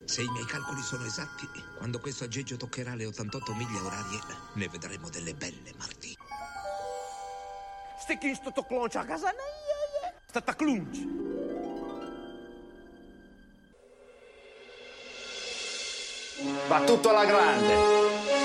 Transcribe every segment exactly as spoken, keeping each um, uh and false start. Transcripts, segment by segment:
Se i miei calcoli sono esatti, quando questo aggeggio toccherà le ottantotto miglia orarie, ne vedremo delle belle, Marty. Sticchi sto cloncio a casa, stata clunch. Va tutto alla grande.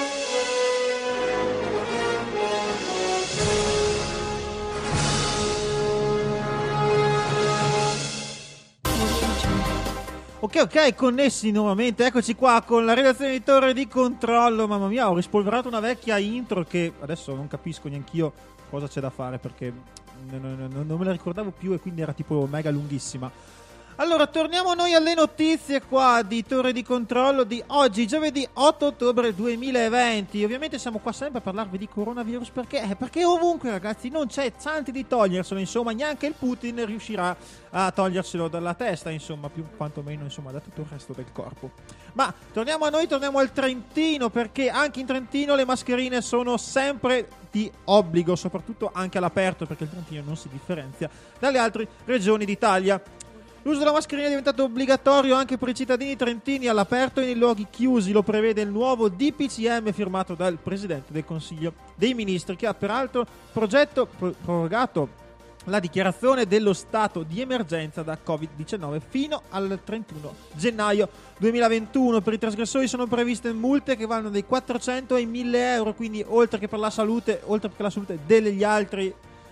Ok, ok, connessi nuovamente, eccoci qua con la redazione di Torre di Controllo. Mamma mia, ho rispolverato una vecchia intro che adesso non capisco neanch'io cosa c'è da fare, perché non, non, non me la ricordavo più e quindi era tipo mega lunghissima. Allora, torniamo noi alle notizie qua di Torre di Controllo di oggi, giovedì otto ottobre duemilaventi. Ovviamente siamo qua sempre a parlarvi di coronavirus perché, perché ovunque, ragazzi, non c'è chance di toglierselo, insomma, neanche il Putin riuscirà a toglierselo dalla testa, insomma, più quantomeno, insomma, da tutto il resto del corpo. Ma torniamo a noi, torniamo al Trentino, perché anche in Trentino le mascherine sono sempre di obbligo, soprattutto anche all'aperto, perché il Trentino non si differenzia dalle altre regioni d'Italia. L'uso della mascherina è diventato obbligatorio anche per i cittadini trentini all'aperto e nei luoghi chiusi, lo prevede il nuovo D P C M firmato dal Presidente del Consiglio dei Ministri, che ha peraltro progetto pro- prorogato la dichiarazione dello stato di emergenza da covid diciannove fino al trentuno gennaio duemilaventuno. Per i trasgressori sono previste multe che vanno dai quattrocento ai mille euro, quindi oltre che per la salute, oltre che la salute degli altri,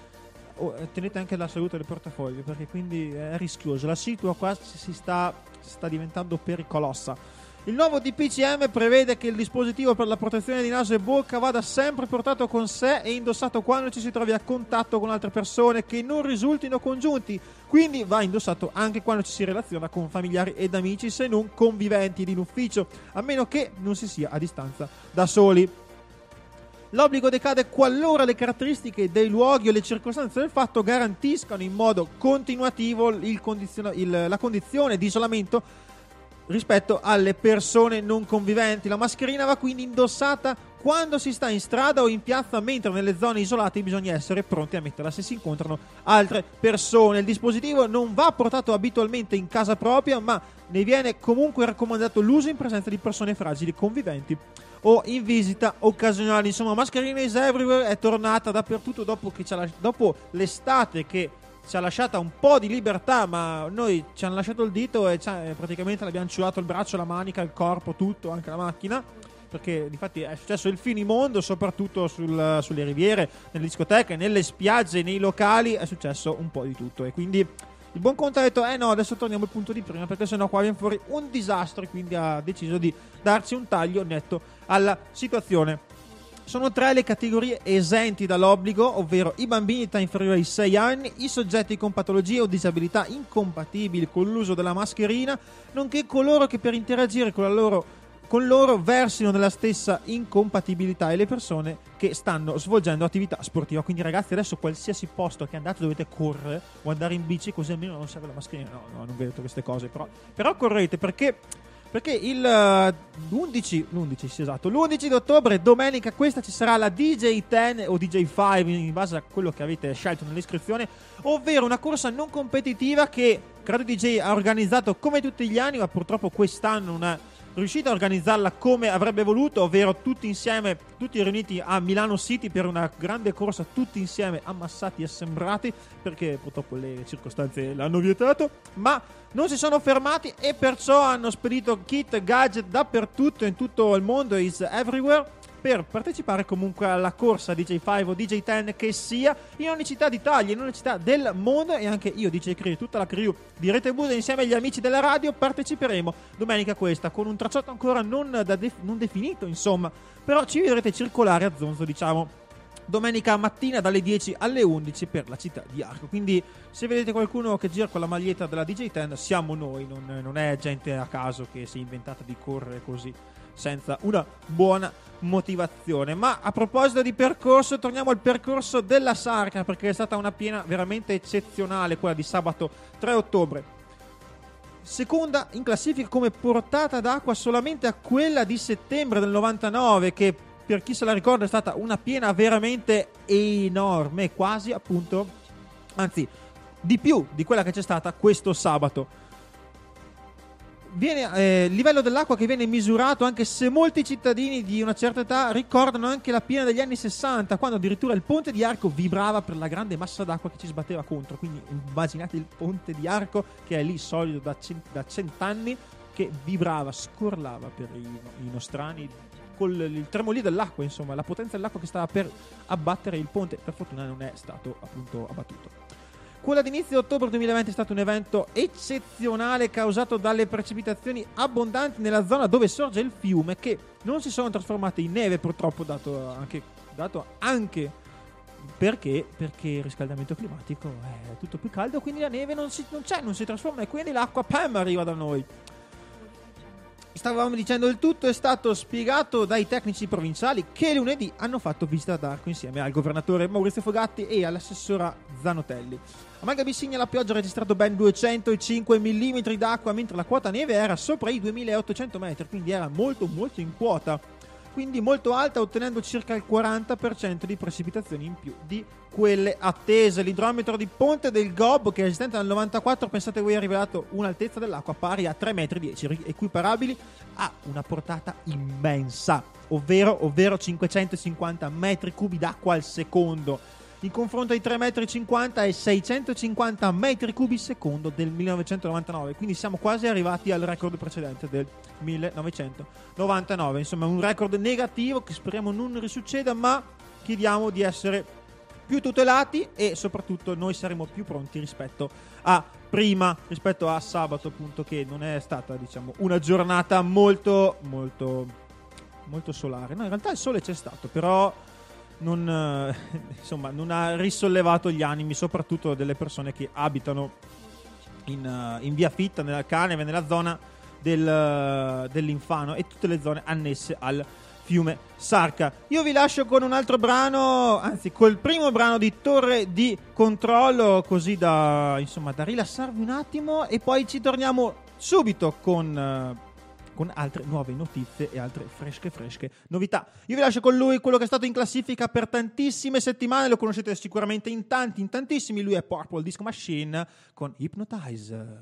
Oh, tenete anche la salute del portafoglio, perché quindi è rischioso. La situazione qua si sta, sta diventando pericolosa. Il nuovo D P C M prevede che il dispositivo per la protezione di naso e bocca vada sempre portato con sé e indossato quando ci si trovi a contatto con altre persone che non risultino congiunti, quindi va indossato anche quando ci si relaziona con familiari ed amici, se non conviventi in ufficio, a meno che non si sia a distanza da soli. L'obbligo decade qualora le caratteristiche dei luoghi o le circostanze del fatto garantiscano in modo continuativo il condizio- il, la condizione di isolamento rispetto alle persone non conviventi. La mascherina va quindi indossata quando si sta in strada o in piazza, mentre nelle zone isolate bisogna essere pronti a metterla se si incontrano altre persone. Il dispositivo non va portato abitualmente in casa propria, ma ne viene comunque raccomandato l'uso in presenza di persone fragili conviventi o in visita occasionale. Insomma, mascherina is everywhere è tornata dappertutto dopo, che c'ha, dopo l'estate che ci ha lasciata un po' di libertà, ma noi ci hanno lasciato il dito e praticamente l'abbiamo ciulato il braccio, la manica, il corpo, tutto, anche la macchina, perché difatti è successo il finimondo, soprattutto sul, sulle riviere, nelle discoteche, nelle spiagge, nei locali, è successo un po' di tutto. E quindi il buon conto ha detto eh no, adesso torniamo al punto di prima, perché sennò qua viene fuori un disastro, e quindi ha deciso di darci un taglio netto alla situazione. Sono tre le categorie esenti dall'obbligo, ovvero i bambini di età inferiore ai sei anni, i soggetti con patologie o disabilità incompatibili con l'uso della mascherina, nonché coloro che per interagire con la loro con loro versino nella stessa incompatibilità e le persone che stanno svolgendo attività sportiva. Quindi ragazzi, adesso qualsiasi posto che andate dovete correre o andare in bici, così almeno non serve la mascherina. No, no, non vedo queste cose, però però correte, perché perché il uh, l'undici l'undici sì, esatto, l'undici di ottobre, domenica questa, ci sarà la D J dieci o D J cinque in base a quello che avete scelto nell'iscrizione, ovvero una corsa non competitiva che Credo D J ha organizzato come tutti gli anni, ma purtroppo quest'anno non è riuscito a organizzarla come avrebbe voluto, ovvero tutti insieme, tutti riuniti a Milano City per una grande corsa, tutti insieme ammassati e assembrati, perché purtroppo le circostanze l'hanno vietato, ma non si sono fermati e perciò hanno spedito kit gadget dappertutto, in tutto il mondo, is everywhere, per partecipare comunque alla corsa D J cinque o D J dieci che sia, in ogni città d'Italia, in ogni città del mondo. E anche io, D J Crew, tutta la crew di Rete Buda insieme agli amici della radio parteciperemo domenica questa, con un tracciato ancora non, da def- non definito, insomma, però ci vedrete circolare a zonzo, diciamo, domenica mattina dalle dieci alle undici per la città di Arco. Quindi se vedete qualcuno che gira con la maglietta della D J dieci, siamo noi, non, non è gente a caso che si è inventata di correre così senza una buona motivazione. Ma a proposito di percorso, torniamo al percorso della Sarca, perché è stata una piena veramente eccezionale quella di sabato tre ottobre. Seconda in classifica come portata d'acqua solamente a quella di settembre del novantanove, che per chi se la ricorda è stata una piena veramente enorme, quasi appunto, anzi di più di quella che c'è stata questo sabato. viene eh, il livello dell'acqua che viene misurato, anche se molti cittadini di una certa età ricordano anche la piena degli anni sessanta, quando addirittura il ponte di Arco vibrava per la grande massa d'acqua che ci sbatteva contro. Quindi immaginate il ponte di Arco che è lì solido da, cent- da cent'anni, che vibrava, scorlava per i, i nostrani con il tremolio dell'acqua, insomma la potenza dell'acqua che stava per abbattere il ponte. Per fortuna non è stato appunto abbattuto. Quello d'inizio ottobre duemilaventi è stato un evento eccezionale causato dalle precipitazioni abbondanti nella zona dove sorge il fiume, che non si sono trasformate in neve purtroppo, dato anche, dato anche perché, perché il riscaldamento climatico è tutto più caldo, quindi la neve non, si, non c'è, non si trasforma, e quindi l'acqua pam arriva da noi. Stavamo dicendo, il tutto è stato spiegato dai tecnici provinciali che lunedì hanno fatto visita ad Arco insieme al governatore Maurizio Fogatti e all'assessora Zanotelli. A Malga Bissigna la pioggia ha registrato ben duecentocinque millimetri d'acqua, mentre la quota neve era sopra i duemilaottocento metri, quindi era molto molto in quota, quindi molto alta, ottenendo circa il quaranta per cento di precipitazioni in più di quelle attese. L'idrometro di Ponte del Gobbo, che è esistente dal novantaquattro, pensate voi, ha rivelato un'altezza dell'acqua pari a tre virgola dieci metri, equiparabili a una portata immensa, ovvero, ovvero cinquecentocinquanta metri cubi d'acqua al secondo, in confronto ai tre virgola cinquanta metri e seicentocinquanta metri cubi secondo del millenovecentonovantanove. Quindi siamo quasi arrivati al record precedente del millenovecentonovantanove. Insomma, un record negativo che speriamo non risucceda, ma chiediamo di essere più tutelati e soprattutto noi saremo più pronti rispetto a prima, rispetto a sabato, appunto, che non è stata, diciamo, una giornata molto molto molto solare. No, in realtà il sole c'è stato, però non, eh, insomma, non ha risollevato gli animi, soprattutto delle persone che abitano in, in via Fitta, nella Caneve, nella zona del, dell'Infano e tutte le zone annesse al fiume Sarca. Io vi lascio con un altro brano, anzi col primo brano di Torre di Controllo, così da, insomma, da rilassarvi un attimo, e poi ci torniamo subito con con altre nuove notizie e altre fresche fresche novità. Io vi lascio con lui, quello che è stato in classifica per tantissime settimane, lo conoscete sicuramente in tanti, in tantissimi, lui è Purple Disco Machine con Hypnotize.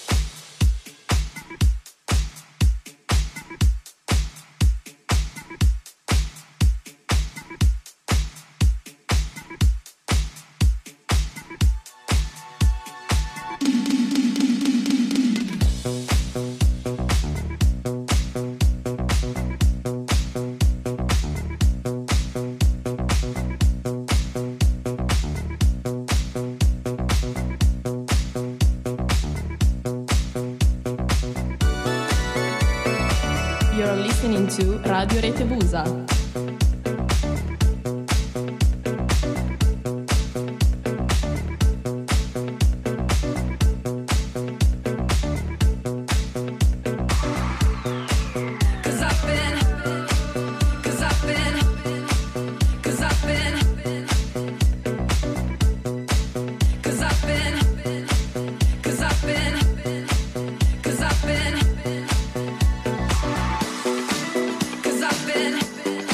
To Radio Rete Busa. Cause I've been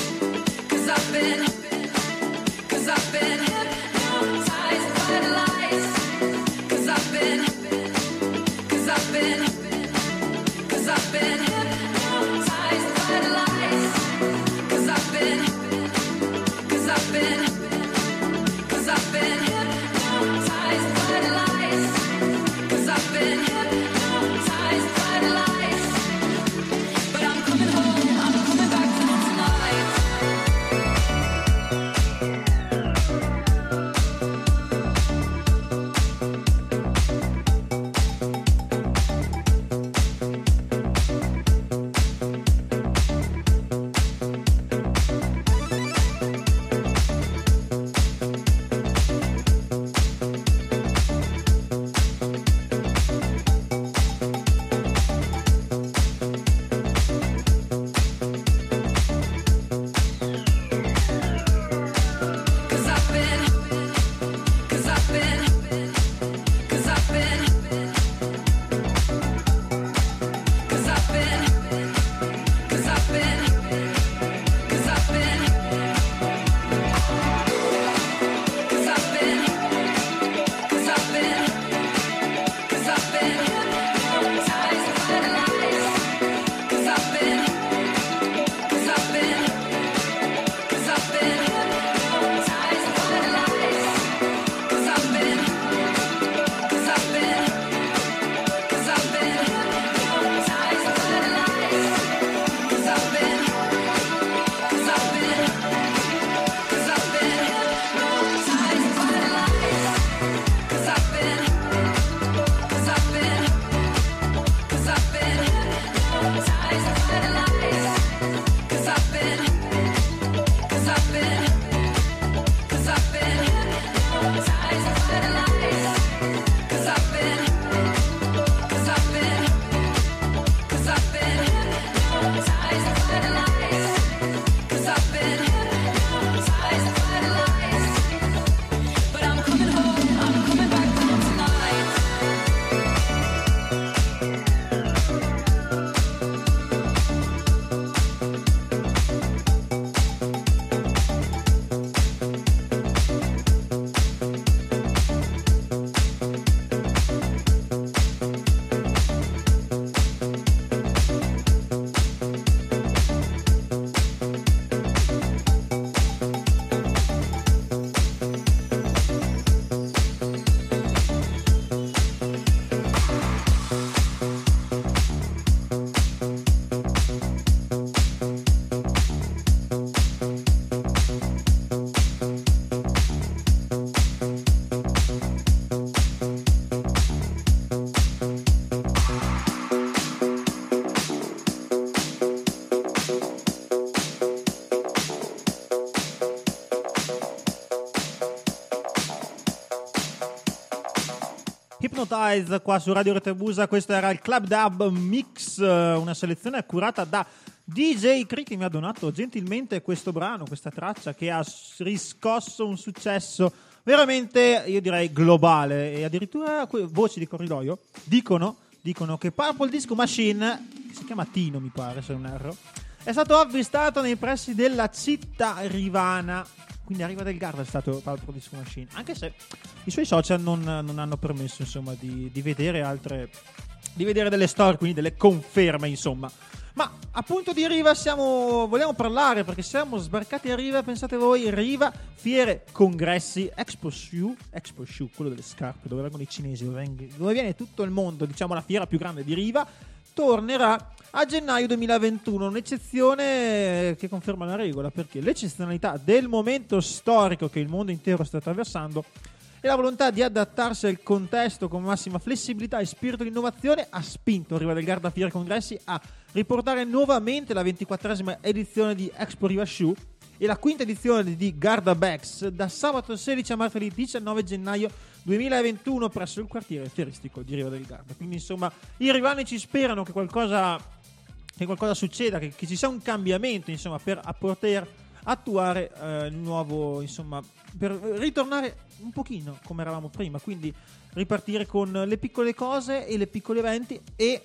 Hypnotize qua su Radio Retebusa. Questo era il Club Dub Mix, una selezione curata da D J Cree, che mi ha donato gentilmente questo brano, questa traccia che ha riscosso un successo veramente, io direi, globale, e addirittura voci di corridoio dicono, dicono che Purple Disco Machine, che si chiama Tino mi pare se non erro, è stato avvistato nei pressi della città rivana. Quindi a Riva del Garda è stato Purple Disco Machine, anche se i suoi social non, non hanno permesso, insomma, di, di vedere altre, di vedere delle storie, quindi delle conferme, insomma. Ma appunto di Riva siamo, vogliamo parlare, perché siamo sbarcati a Riva, pensate voi, Riva, fiere, congressi, Expo Shoe, Expo Shoe, quello delle scarpe, dove vengono i cinesi, dove, vengono, dove viene tutto il mondo, diciamo la fiera più grande di Riva, tornerà a gennaio duemilaventuno, un'eccezione che conferma la regola, perché l'eccezionalità del momento storico che il mondo intero sta attraversando e la volontà di adattarsi al contesto con massima flessibilità e spirito di innovazione ha spinto Riva del Garda Fiere Congressi a riportare nuovamente la ventiquattresima edizione di Expo Riva Shoe e la quinta edizione di Garda Bags da sabato sedici a martedì diciannove gennaio duemilaventuno presso il quartiere fieristico di Riva del Garda. Quindi insomma i rivani ci sperano che qualcosa che qualcosa succeda, che, che ci sia un cambiamento, insomma, per a poter attuare eh, il nuovo, insomma, per ritornare un pochino come eravamo prima, quindi ripartire con le piccole cose e le piccoli eventi e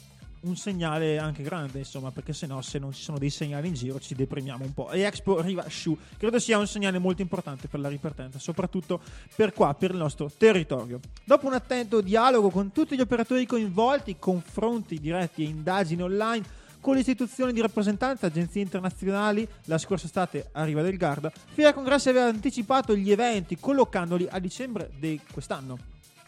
un segnale anche grande, insomma, perché se no, se non ci sono dei segnali in giro ci deprimiamo un po'. E Expo Riva Shoe credo sia un segnale molto importante per la ripartenza, soprattutto per qua, per il nostro territorio. Dopo un attento dialogo con tutti gli operatori coinvolti, confronti diretti e indagini online con le istituzioni di rappresentanza, agenzie internazionali, la scorsa estate a Riva del Garda, Fiera Congressi aveva anticipato gli eventi collocandoli a dicembre di quest'anno.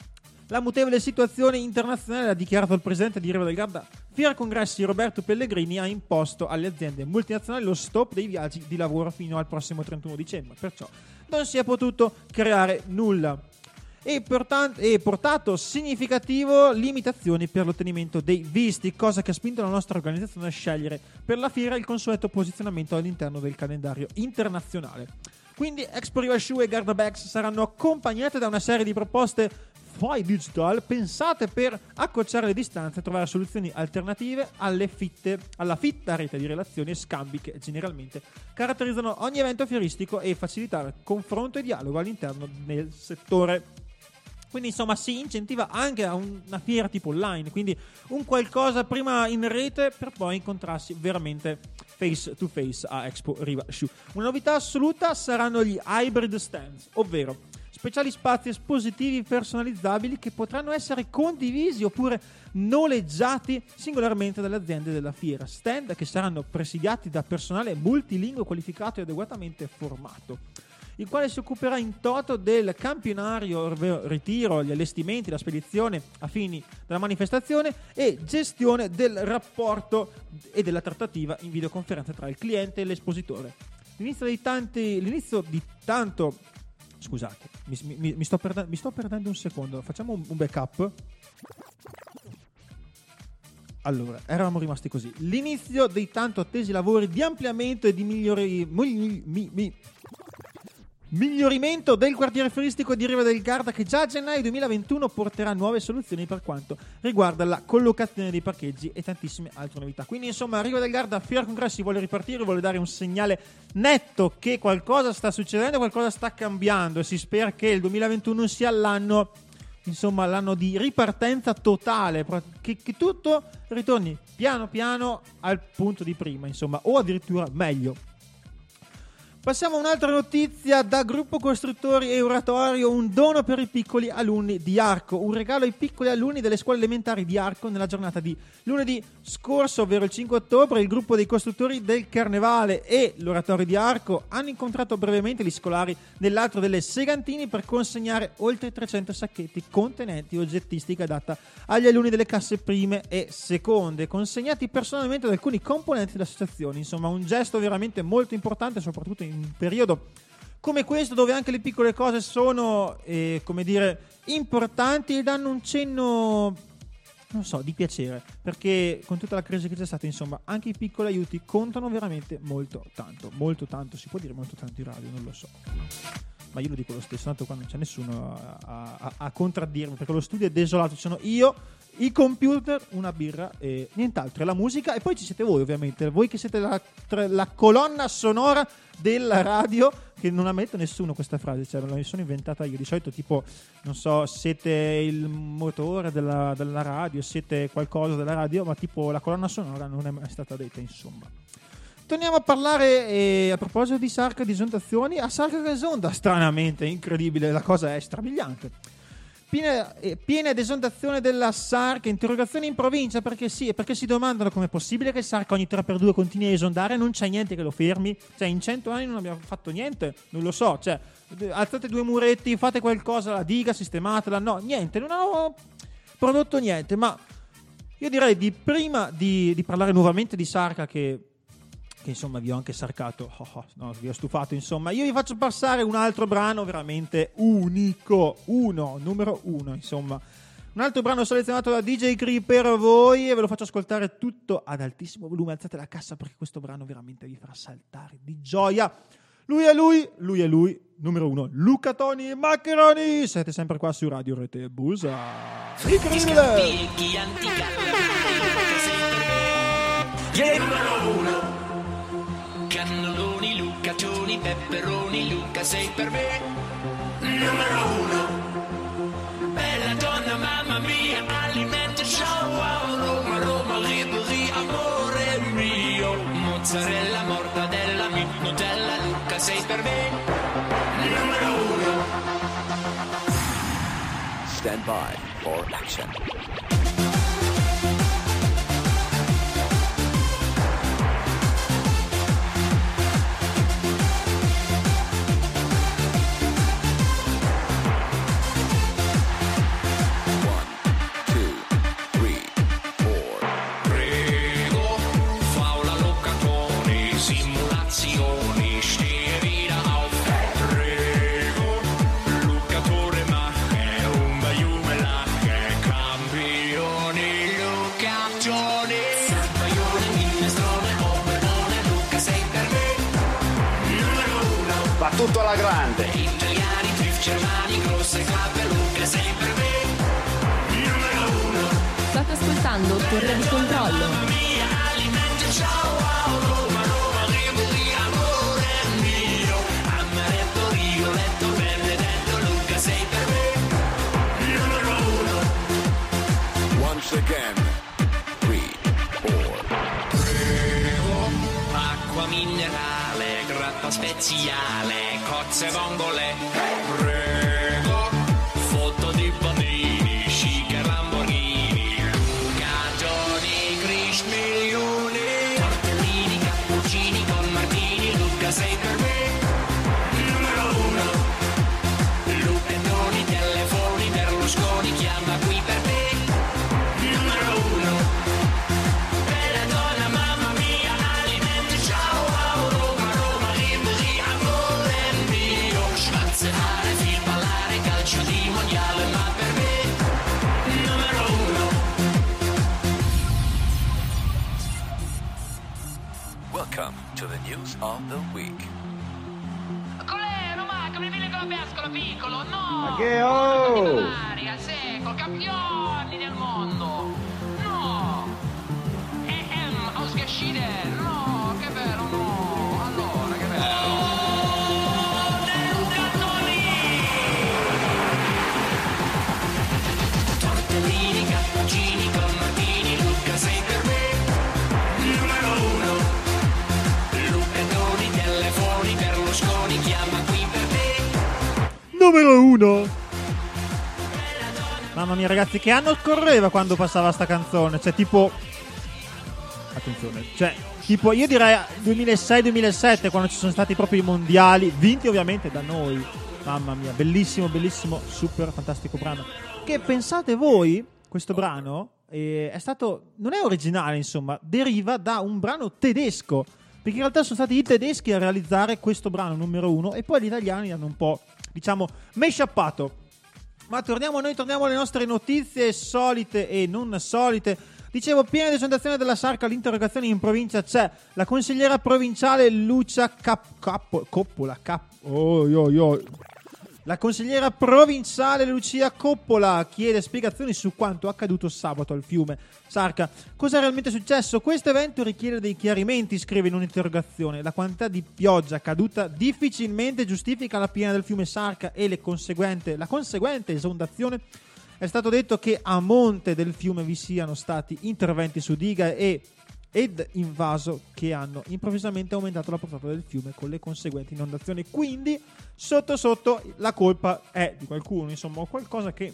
La mutevole situazione internazionale, ha dichiarato il presidente di Riva del Garda Fiera Congressi Roberto Pellegrini, ha imposto alle aziende multinazionali lo stop dei viaggi di lavoro fino al prossimo trentuno dicembre, perciò non si è potuto creare nulla. E, portant- e portato significativo limitazioni per l'ottenimento dei visti, cosa che ha spinto la nostra organizzazione a scegliere per la fiera il consueto posizionamento all'interno del calendario internazionale. Quindi Expo Riva Shoe e Garda Bags saranno accompagnate da una serie di proposte Fly Digital pensate per accorciare le distanze e trovare soluzioni alternative alle fitte, alla fitta rete di relazioni e scambi che generalmente caratterizzano ogni evento fieristico e facilitare confronto e dialogo all'interno del settore. Quindi insomma si incentiva anche a una fiera tipo online, quindi un qualcosa prima in rete per poi incontrarsi veramente face to face a Expo Riva Shoe. Una novità assoluta saranno gli hybrid stands, ovvero speciali spazi espositivi personalizzabili che potranno essere condivisi oppure noleggiati singolarmente dalle aziende della fiera, stand che saranno presidiati da personale multilingue qualificato e adeguatamente formato, il quale si occuperà in toto del campionario, ritiro, gli allestimenti, la spedizione a fini della manifestazione e gestione del rapporto e della trattativa in videoconferenza tra il cliente e l'espositore. L'inizio di tanti, l'inizio di tanto, scusate, mi, mi, mi, sto, perde, mi sto perdendo un secondo, facciamo un, un backup. Allora, eravamo rimasti così. L'inizio dei tanto attesi lavori di ampliamento e di migliori, mi, mi, mi, miglioramento del quartiere fieristico di Riva del Garda, che già a gennaio duemilaventuno porterà nuove soluzioni per quanto riguarda la collocazione dei parcheggi e tantissime altre novità. Quindi insomma Riva del Garda Fiera Congressi vuole ripartire, vuole dare un segnale netto che qualcosa sta succedendo, qualcosa sta cambiando e si spera che il duemilaventuno sia l'anno, insomma l'anno di ripartenza totale, che, che tutto ritorni piano piano al punto di prima, insomma, o addirittura meglio. Passiamo a un'altra notizia da Gruppo Costruttori Euratorio, un dono per i piccoli alunni di Arco, un regalo ai piccoli alunni delle scuole elementari di Arco nella giornata di lunedì scorso, ovvero il cinque ottobre. Il gruppo dei costruttori del Carnevale e l'Oratorio di Arco hanno incontrato brevemente gli scolari nell'altro delle Segantini per consegnare oltre trecento sacchetti contenenti oggettistica adatta agli alunni delle casse prime e seconde, consegnati personalmente da alcuni componenti dell'associazione. Insomma, un gesto veramente molto importante, soprattutto in un periodo come questo dove anche le piccole cose sono eh, come dire importanti e danno un cenno, non so, di piacere, perché con tutta la crisi che c'è stata, insomma, anche i piccoli aiuti contano veramente molto tanto, molto tanto, si può dire molto tanto in radio, non lo so. ma io lo dico lo stesso, tanto qua non c'è nessuno a, a, a contraddirmi, perché lo studio è desolato, ci sono io, i computer, una birra e nient'altro, e la musica, e poi ci siete voi ovviamente, voi che siete la, la colonna sonora della radio, che non ha mai detto nessuno questa frase, cioè me la sono inventata io. Di solito tipo, non so, siete il motore della, della radio, siete qualcosa della radio, ma tipo la colonna sonora non è mai stata detta, insomma. Torniamo a parlare, eh, a proposito di Sarca e di esondazioni, a Sarca che esonda, stranamente, incredibile, la cosa è strabiliante. Piena, eh, piena ed esondazione della Sarca, interrogazioni in provincia, perché sì, perché si domandano com'è possibile che Sarca ogni tre per due continui a esondare, non c'è niente che lo fermi, cioè in cento anni non abbiamo fatto niente, non lo so, cioè alzate due muretti, fate qualcosa, la diga, sistematela, no, niente, non hanno prodotto niente, ma io direi di prima di, di parlare nuovamente di Sarca, che che insomma vi ho anche sarcato, oh, oh, no, vi ho stufato, insomma, io vi faccio passare un altro brano veramente unico, uno, numero uno, insomma, un altro brano selezionato da D J Cree per voi, e ve lo faccio ascoltare tutto ad altissimo volume, alzate la cassa perché questo brano veramente vi farà saltare di gioia. Lui è lui, lui è lui, numero uno, Luca Toni Maccheroni, siete sempre qua su Radio Retebusa. Incredibile! Cannelloni, Lucatoni, Pepperoni, Luca sei per me numero uno. Bella donna, mamma mia, alimenta, ciao, Roma, Roma, Ribéry, amore mio. Mozzarella, mortadella, Nutella, Luca sei per me numero uno. Stand by for action. Tutto alla grande. Italiani, Trif, Germani, grosse clappe, Luca sei per me numero uno. State ascoltando Torre di Controllo. Mia alimenta, ciao, Roma, Roma, Ribéry, amore mio. Amaretto, Rigoletto, Benedetto, Luca sei per me numero uno. Once again, three, four. Prego, acqua minerale, grappa speziale, cozze vongole, prego, foto di bambini, chic e Lamborghini, Lucatoni, Crish milioni, tortellini, cappuccini con Martini, Luca sei per me numero uno. Lucatoni, telefoni, Berlusconi, chiama qui per me numero uno. Bella donna, mamma mia, alimenti, ciao, Roma, Roma, Ribéry, amore mio. Schwarzenegger, film, ballare, calcio di mondiale, ma per me numero uno. Welcome to the news of the week. Colè, Roma, che mi viene con la pescola piccolo, no! Ma che oh! Maria, secco, campioni del mondo! No! Ehm, ausgeschieden! No, che bello, no! Allora, che bello! Tortellini, cappuccini con Martini, Luca sei per me numero uno. Lucatoni, telefoni, Berlusconi, chiama qui per te Numero uno. Mamma mia ragazzi, che anno correva quando passava sta canzone? Cioè tipo, attenzione, cioè tipo io direi duemilasei duemilasette, quando ci sono stati proprio i mondiali, vinti ovviamente da noi. Mamma mia, bellissimo, bellissimo, super fantastico brano. Che pensate voi, questo brano eh, è stato, non è originale insomma, deriva da un brano tedesco, perché in realtà sono stati i tedeschi a realizzare questo brano numero uno e poi gli italiani hanno un po', diciamo, mesciappato. Ma torniamo a noi, torniamo alle nostre notizie solite e non solite. Dicevo, piena esondazione della Sarca, l'interrogazione in provincia c'è. La consigliera provinciale Lucia Cap- Cap- Coppola Cap- oh, yo, yo. La consigliera provinciale Lucia Coppola chiede spiegazioni su quanto accaduto sabato al fiume Sarca. Cosa è realmente successo? Questo evento richiede dei chiarimenti, scrive in un'interrogazione. La quantità di pioggia caduta difficilmente giustifica la piena del fiume Sarca e le conseguente, la conseguente esondazione. È stato detto che a monte del fiume vi siano stati interventi su diga e ed invaso che hanno improvvisamente aumentato la portata del fiume con le conseguenti inondazioni. Quindi sotto sotto la colpa è di qualcuno, insomma, qualcosa che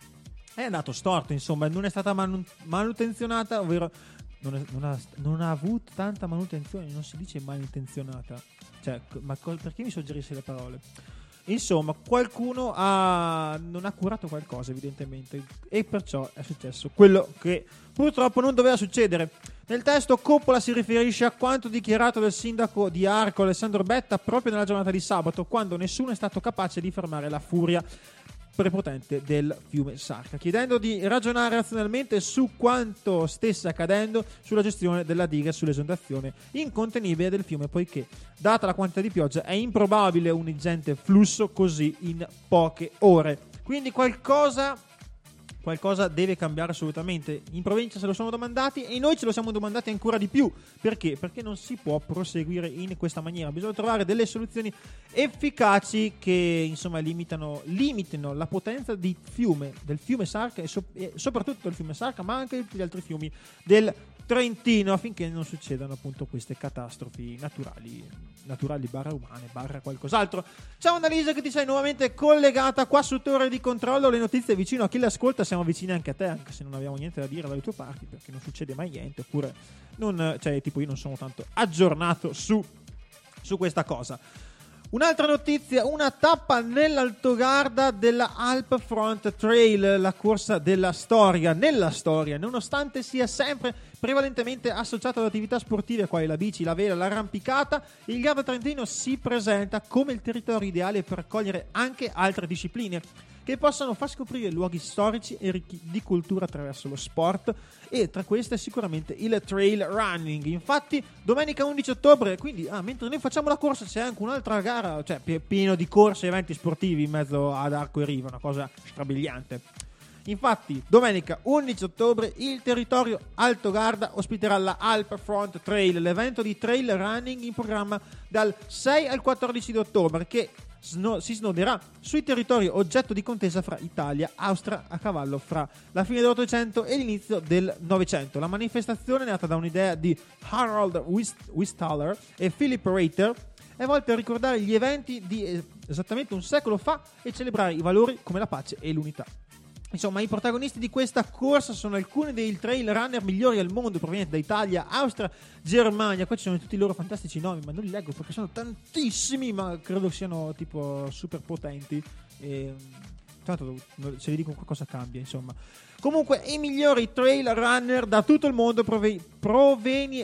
è andato storto, insomma, non è stata manu- manutenzionata, ovvero non, è, non, ha, non ha avuto tanta manutenzione, non si dice malintenzionata, cioè, ma co- perché mi suggerisci le parole? Insomma, qualcuno ha, non ha curato qualcosa evidentemente e perciò è successo quello che purtroppo non doveva succedere. Nel testo Coppola si riferisce a quanto dichiarato dal sindaco di Arco Alessandro Betta proprio nella giornata di sabato, quando nessuno è stato capace di fermare la furia prepotente del fiume Sarca, chiedendo di ragionare razionalmente su quanto stesse accadendo sulla gestione della diga e sull'esondazione incontenibile del fiume, poiché data la quantità di pioggia è improbabile un ingente flusso così in poche ore. Quindi qualcosa qualcosa deve cambiare assolutamente. In provincia se lo sono domandati e noi ce lo siamo domandati ancora di più. Perché? Perché non si può proseguire in questa maniera. Bisogna trovare delle soluzioni efficaci che insomma limitano, limitino la potenza di fiume, del fiume Sarca e, so- e soprattutto del fiume Sarca, ma anche degli altri fiumi del Trentino, affinché non succedano appunto queste catastrofi naturali, naturali barra umane, barra qualcos'altro. Ciao Annalisa, che ti sei nuovamente collegata qua su Torre di Controllo. Le notizie vicino a chi le ascolta, siamo vicini anche a te, anche se non abbiamo niente da dire dalle tue parti, perché non succede mai niente, oppure non, cioè tipo io non sono tanto aggiornato su, su questa cosa. Un'altra notizia, una tappa nell'Altogarda della Alp Front Trail, la corsa della storia, nella storia, nonostante sia sempre prevalentemente associata ad attività sportive quali la bici, la vela, l'arrampicata, il Garda Trentino si presenta come il territorio ideale per accogliere anche altre discipline che possano far scoprire luoghi storici e ricchi di cultura attraverso lo sport, e tra queste sicuramente il trail running. Infatti domenica undici ottobre, quindi ah, mentre noi facciamo la corsa c'è anche un'altra gara, cioè pieno di corse e eventi sportivi in mezzo ad Arco e Riva, una cosa strabiliante. Infatti domenica undici ottobre il territorio Altogarda ospiterà la Alp Front Trail, l'evento di trail running in programma dal sei al quattordici di ottobre, che Sno- si snoderà sui territori oggetto di contesa fra Italia e Austria, a cavallo fra la fine dell'Ottocento e l'inizio del Novecento. La manifestazione, nata da un'idea di Harold Wist- Wisthaler e Philip Reiter, è volta a ricordare gli eventi di es- esattamente un secolo fa e celebrare i valori come la pace e l'unità. Insomma, i protagonisti di questa corsa sono alcuni dei trail runner migliori al mondo, provenienti da Italia, Austria, Germania. Qua ci sono tutti i loro fantastici nomi, ma non li leggo perché sono tantissimi, ma credo siano tipo super potenti. E tanto se vi dico qualcosa cambia, insomma. Comunque, i migliori trail runner da tutto il mondo prove- proveni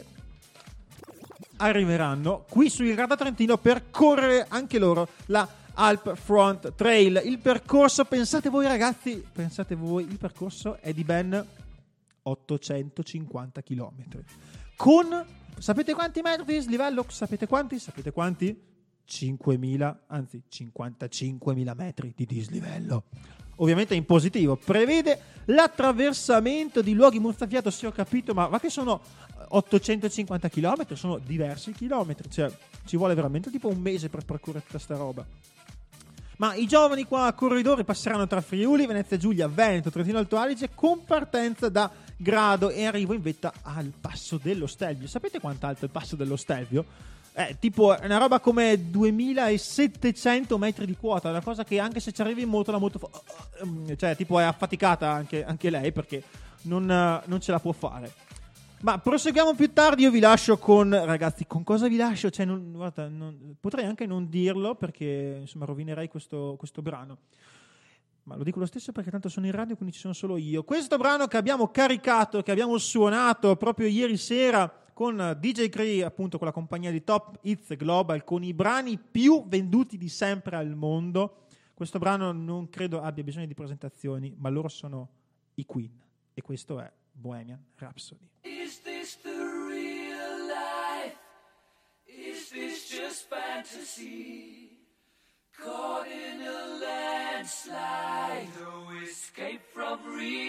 arriveranno qui sul Garda Trentino per correre anche loro la Alp Front Trail. Il percorso, pensate voi ragazzi, pensate voi, il percorso è di ben ottocentocinquanta chilometri. Con, sapete quanti metri di dislivello? Sapete quanti? Sapete quanti? cinquemila, anzi cinquantacinquemila metri di dislivello. Ovviamente in positivo. Prevede l'attraversamento di luoghi mozzafiato, se ho capito, ma, ma che sono ottocentocinquanta chilometri? Sono diversi chilometri, cioè ci vuole veramente tipo un mese per percorrere tutta sta roba. Ma i giovani qua corridori passeranno tra Friuli, Venezia Giulia, Veneto, Trentino Alto Adige, con partenza da Grado e arrivo in vetta al Passo dello Stelvio. Sapete quanto è alto il Passo dello Stelvio? È tipo una roba come duemilasettecento metri di quota, una cosa che anche se ci arrivi in moto la moto fa, cioè tipo è affaticata anche, anche lei, perché non, non ce la può fare. Ma proseguiamo più tardi. Io vi lascio con, ragazzi, con cosa vi lascio? Cioè, non, guarda, non, potrei anche non dirlo perché insomma rovinerei questo, questo brano, ma lo dico lo stesso perché tanto sono in radio, quindi ci sono solo io. Questo brano che abbiamo caricato, che abbiamo suonato proprio ieri sera con D J Cree, appunto con la compagnia di Top Hits Global, con i brani più venduti di sempre al mondo. Questo brano non credo abbia bisogno di presentazioni, ma loro sono i Queen e questo è Bohemian Rhapsody. Is this the real life? Is this just fantasy? Caught in a land slide, no escape from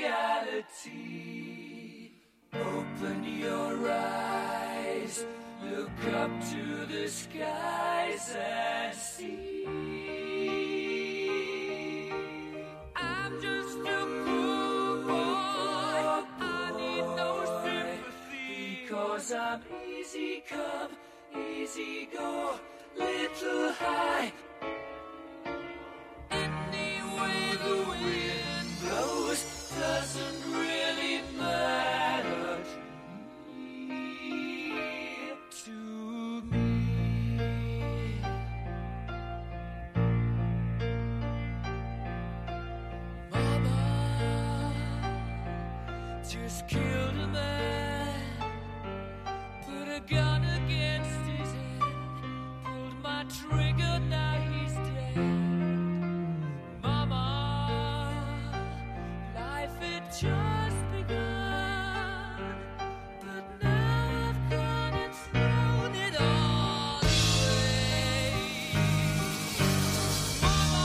reality. Open your eyes, look up to the skies and see. I'm just a poor boy, I need no sympathy, because I'm easy come, easy go, little high. Any way the wind blows doesn't really matter to me. Mama just killed a man, put a gun against his head, pulled my trigger, now he's dead. Mama, life had just begun, but now I've gone and thrown it all away. Mama,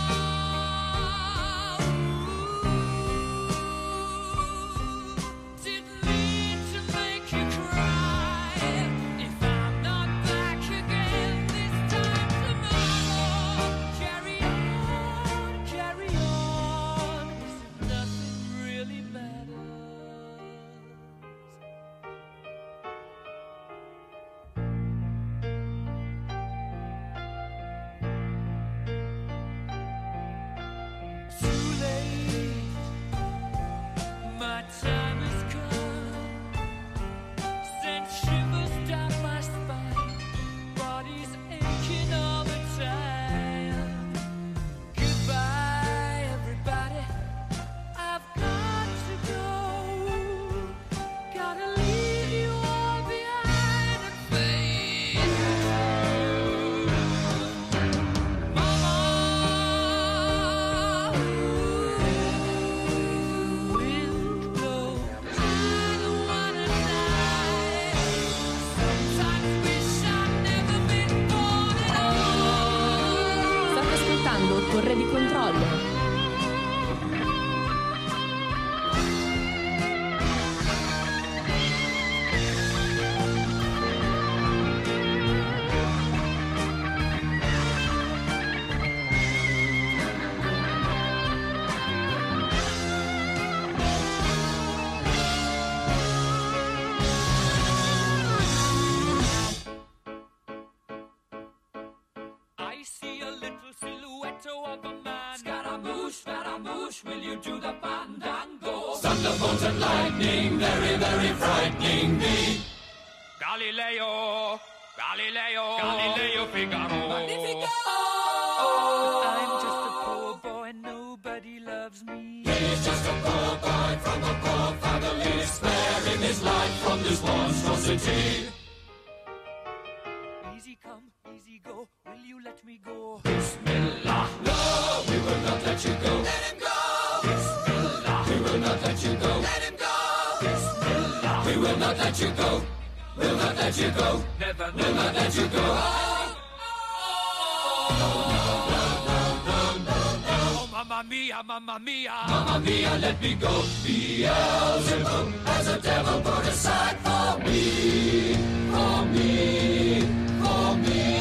didn't mean to make you cry. If I'm not back again this time tomorrow, carry on, carry on, as if nothing really matters. Too late, my time has come. Sent shivers down my spine, body's aching all the time. Goodbye, everybody, I've got to go. Gotta leave you all behind and face Mama, wind blows, I don't wanna die. Sometimes wish I'd never been born at all. State ascoltando Torre di Controllo. I see a little silhouette of a man. Scaramouche, Scaramouche, will you do the fandango? Thunderbolt and lightning, very, very frightening me. Galileo, Galileo, Galileo Figaro. Magnifico! I'm just a poor boy, nobody loves me. He's just a poor boy from a poor family, sparing his life from this monstrosity. Easy come, easy go, will you let me go? Bismillah, no, we will not let you go. Let him go! Bismillah, we will not let you go. Let him go! Bismillah, we will not let you go. We'll not let you go. Never, we'll not let you go. Oh, mamma mia, mamma mia, mamma mia, let me go. Beelzebub has a devil put aside for me, for me, for me.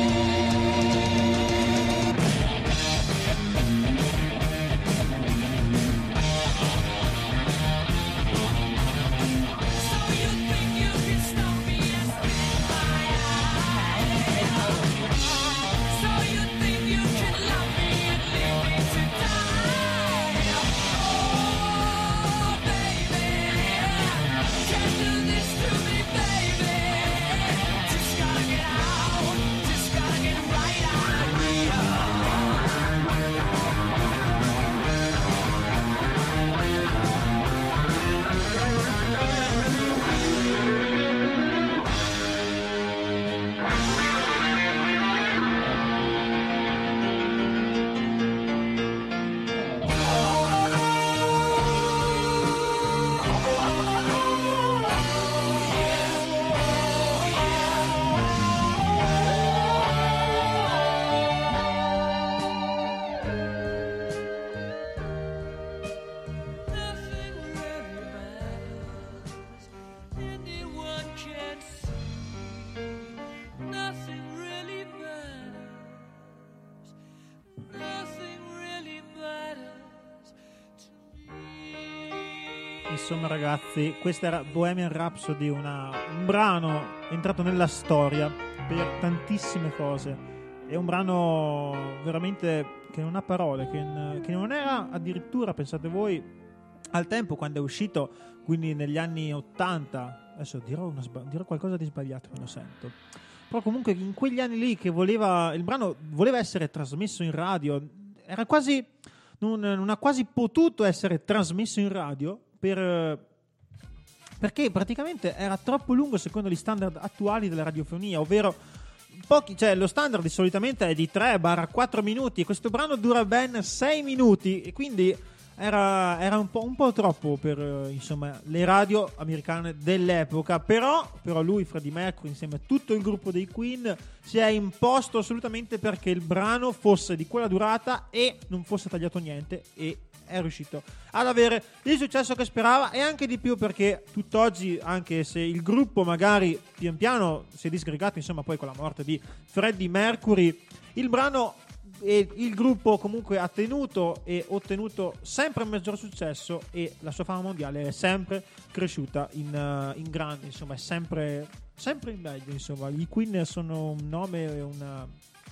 So you think you can stop me and spit my eye? So you think you can love me and leave me to die? Oh, baby, can't do this to me, baby. Insomma ragazzi, questa era Bohemian Rhapsody, una, un brano entrato nella storia per tantissime cose. È un brano veramente che non ha parole, che, che non era addirittura, pensate voi, al tempo quando è uscito, quindi negli anni ottanta, adesso dirò, una, dirò qualcosa di sbagliato, me lo sento, però comunque in quegli anni lì che voleva, il brano voleva essere trasmesso in radio, era quasi, non, non ha quasi potuto essere trasmesso in radio per, perché praticamente era troppo lungo secondo gli standard attuali della radiofonia, ovvero pochi, cioè lo standard solitamente è di tre quattro minuti, questo brano dura ben sei minuti e quindi era, era un, po', un po' troppo per insomma le radio americane dell'epoca, però, però lui, Freddie Mercury, insieme a tutto il gruppo dei Queen, si è imposto assolutamente perché il brano fosse di quella durata e non fosse tagliato niente, e è riuscito ad avere il successo che sperava e anche di più, perché tutt'oggi, anche se il gruppo magari pian piano si è disgregato, insomma poi con la morte di Freddie Mercury, il brano e il gruppo comunque ha tenuto e ottenuto sempre un maggior successo e la sua fama mondiale è sempre cresciuta in, uh, in grande, insomma è sempre, sempre in meglio, insomma i Queen sono un nome e una,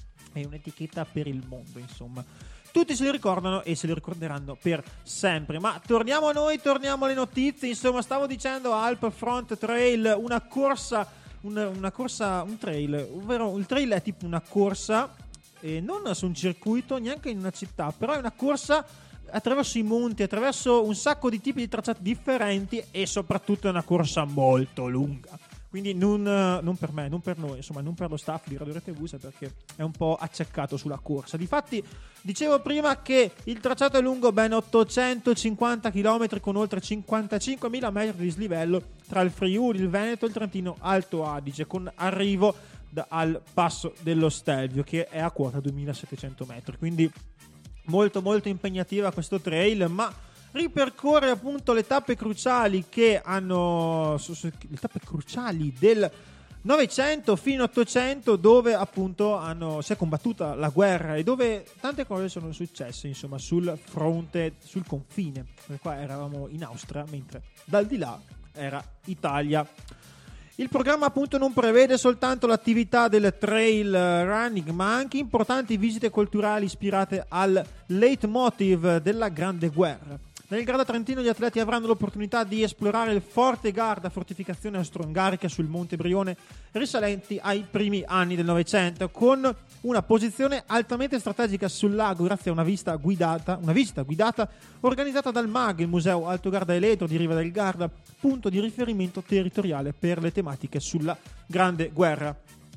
e un'etichetta per il mondo, insomma tutti se li ricordano e se li ricorderanno per sempre. Ma torniamo a noi, torniamo alle notizie. Insomma, stavo dicendo Alp Front Trail, una corsa, una, una corsa, un trail, ovvero il trail è tipo una corsa, eh, non su un circuito, neanche in una città, però è una corsa attraverso i monti, attraverso un sacco di tipi di tracciati differenti e soprattutto è una corsa molto lunga. Quindi non, non per me, non per noi, insomma non per lo staff di Radio Rete Vusa, perché è un po' acceccato sulla corsa. Difatti dicevo prima che il tracciato è lungo ben ottocentocinquanta chilometri con oltre cinquantacinquemila metri di dislivello tra il Friuli, il Veneto e il Trentino Alto Adige, con arrivo da, al passo dello Stelvio che è a quota duemilasettecento metri. Quindi molto molto impegnativa questo trail, ma ripercorre appunto le tappe cruciali che hanno le tappe cruciali del Novecento fino all'Ottocento, dove appunto hanno, si è combattuta la guerra e dove tante cose sono successe, insomma, sul fronte, sul confine, perché qua eravamo in Austria mentre dal di là era Italia. Il programma appunto non prevede soltanto l'attività del trail running, ma anche importanti visite culturali ispirate al leitmotiv della Grande Guerra. Nel Garda Trentino gli atleti avranno l'opportunità di esplorare il Forte Garda, fortificazione austro-ungarica sul Monte Brione, risalenti ai primi anni del Novecento, con una posizione altamente strategica sul lago grazie a una visita guidata, una visita guidata organizzata dal M A G, il Museo Alto Garda Eletro di Riva del Garda, punto di riferimento territoriale per le tematiche sulla Grande Guerra.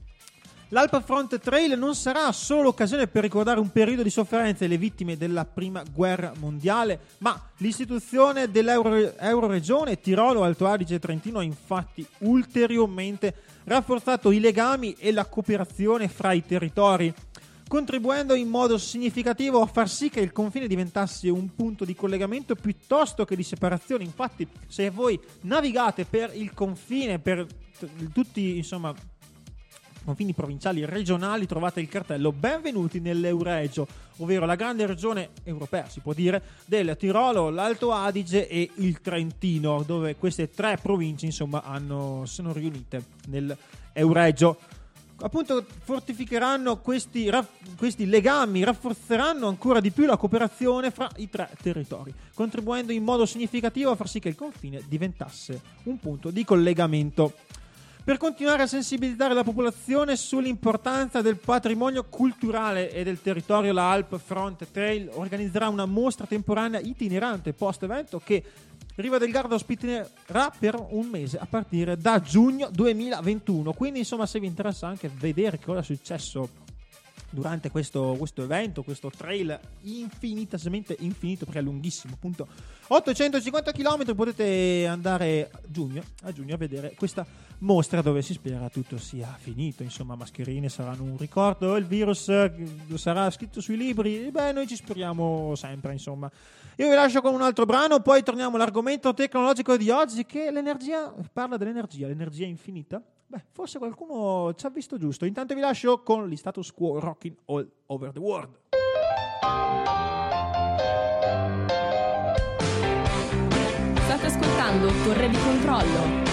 L'Alp Front Trail non sarà solo occasione per ricordare un periodo di sofferenza e le vittime della prima guerra mondiale, ma l'istituzione dell'Euroregione Tirolo, Alto Adige e Trentino ha infatti ulteriormente rafforzato i legami e la cooperazione fra i territori, contribuendo in modo significativo a far sì che il confine diventasse un punto di collegamento piuttosto che di separazione. Infatti, se voi navigate per il confine, per t- tutti, insomma, confini provinciali e regionali, trovate il cartello benvenuti nell'Euregio, ovvero la grande regione europea, si può dire, del Tirolo, l'Alto Adige e il Trentino, dove queste tre province insomma hanno, sono riunite nell'Euregio. Appunto fortificheranno questi, raff- questi legami, rafforzeranno ancora di più la cooperazione fra i tre territori, contribuendo in modo significativo a far sì che il confine diventasse un punto di collegamento. Per continuare a sensibilizzare la popolazione sull'importanza del patrimonio culturale e del territorio, la Alp Front Trail organizzerà una mostra temporanea itinerante post-evento che Riva del Garda ospiterà per un mese a partire da giugno duemilaventuno. Quindi, insomma, se vi interessa anche vedere cosa è successo durante questo, questo evento, questo trail infinitamente infinito, perché è lunghissimo, appunto ottocentocinquanta chilometri, potete andare a giugno, a giugno a vedere questa mostra dove si spera tutto sia finito, insomma mascherine saranno un ricordo, il virus sarà scritto sui libri, e beh, noi ci speriamo sempre, insomma. Io vi lascio con un altro brano, poi torniamo all'argomento tecnologico di oggi, che l'energia, parla dell'energia, l'energia infinita. Beh, forse qualcuno ci ha visto giusto. Intanto vi lascio con gli Status Quo, Rocking All Over the World. State ascoltando ascoltando Torre di Controllo.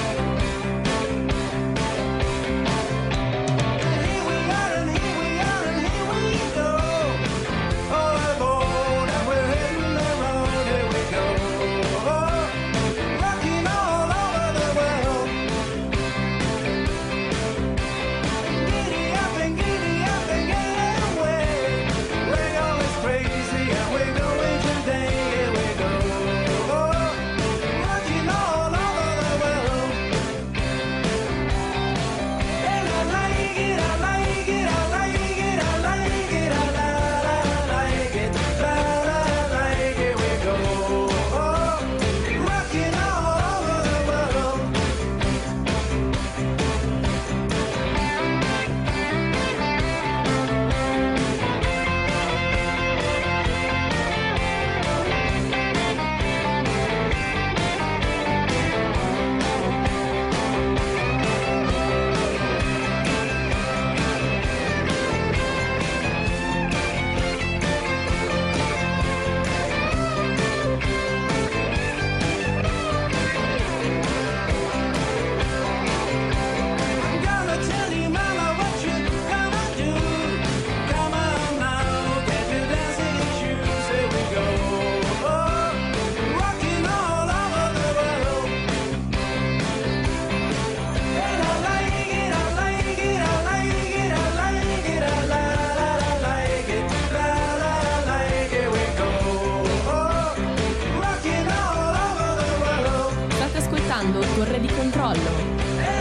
Torre di Controllo.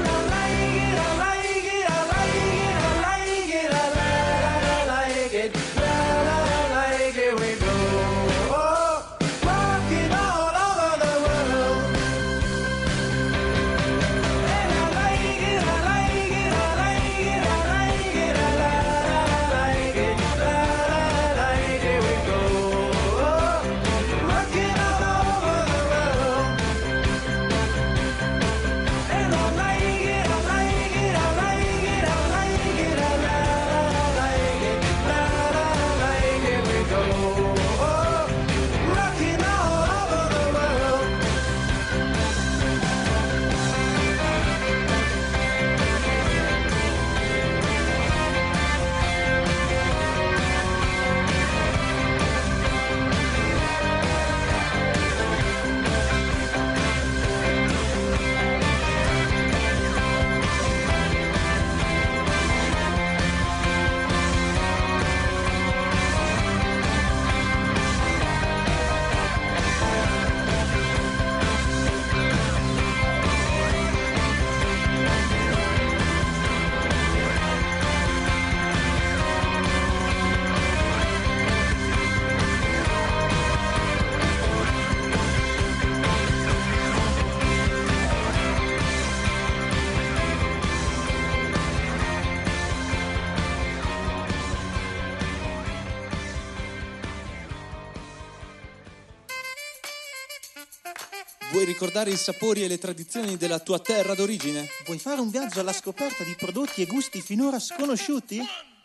Vuoi ricordare i sapori e le tradizioni della tua terra d'origine? Vuoi fare un viaggio alla scoperta di prodotti e gusti finora sconosciuti?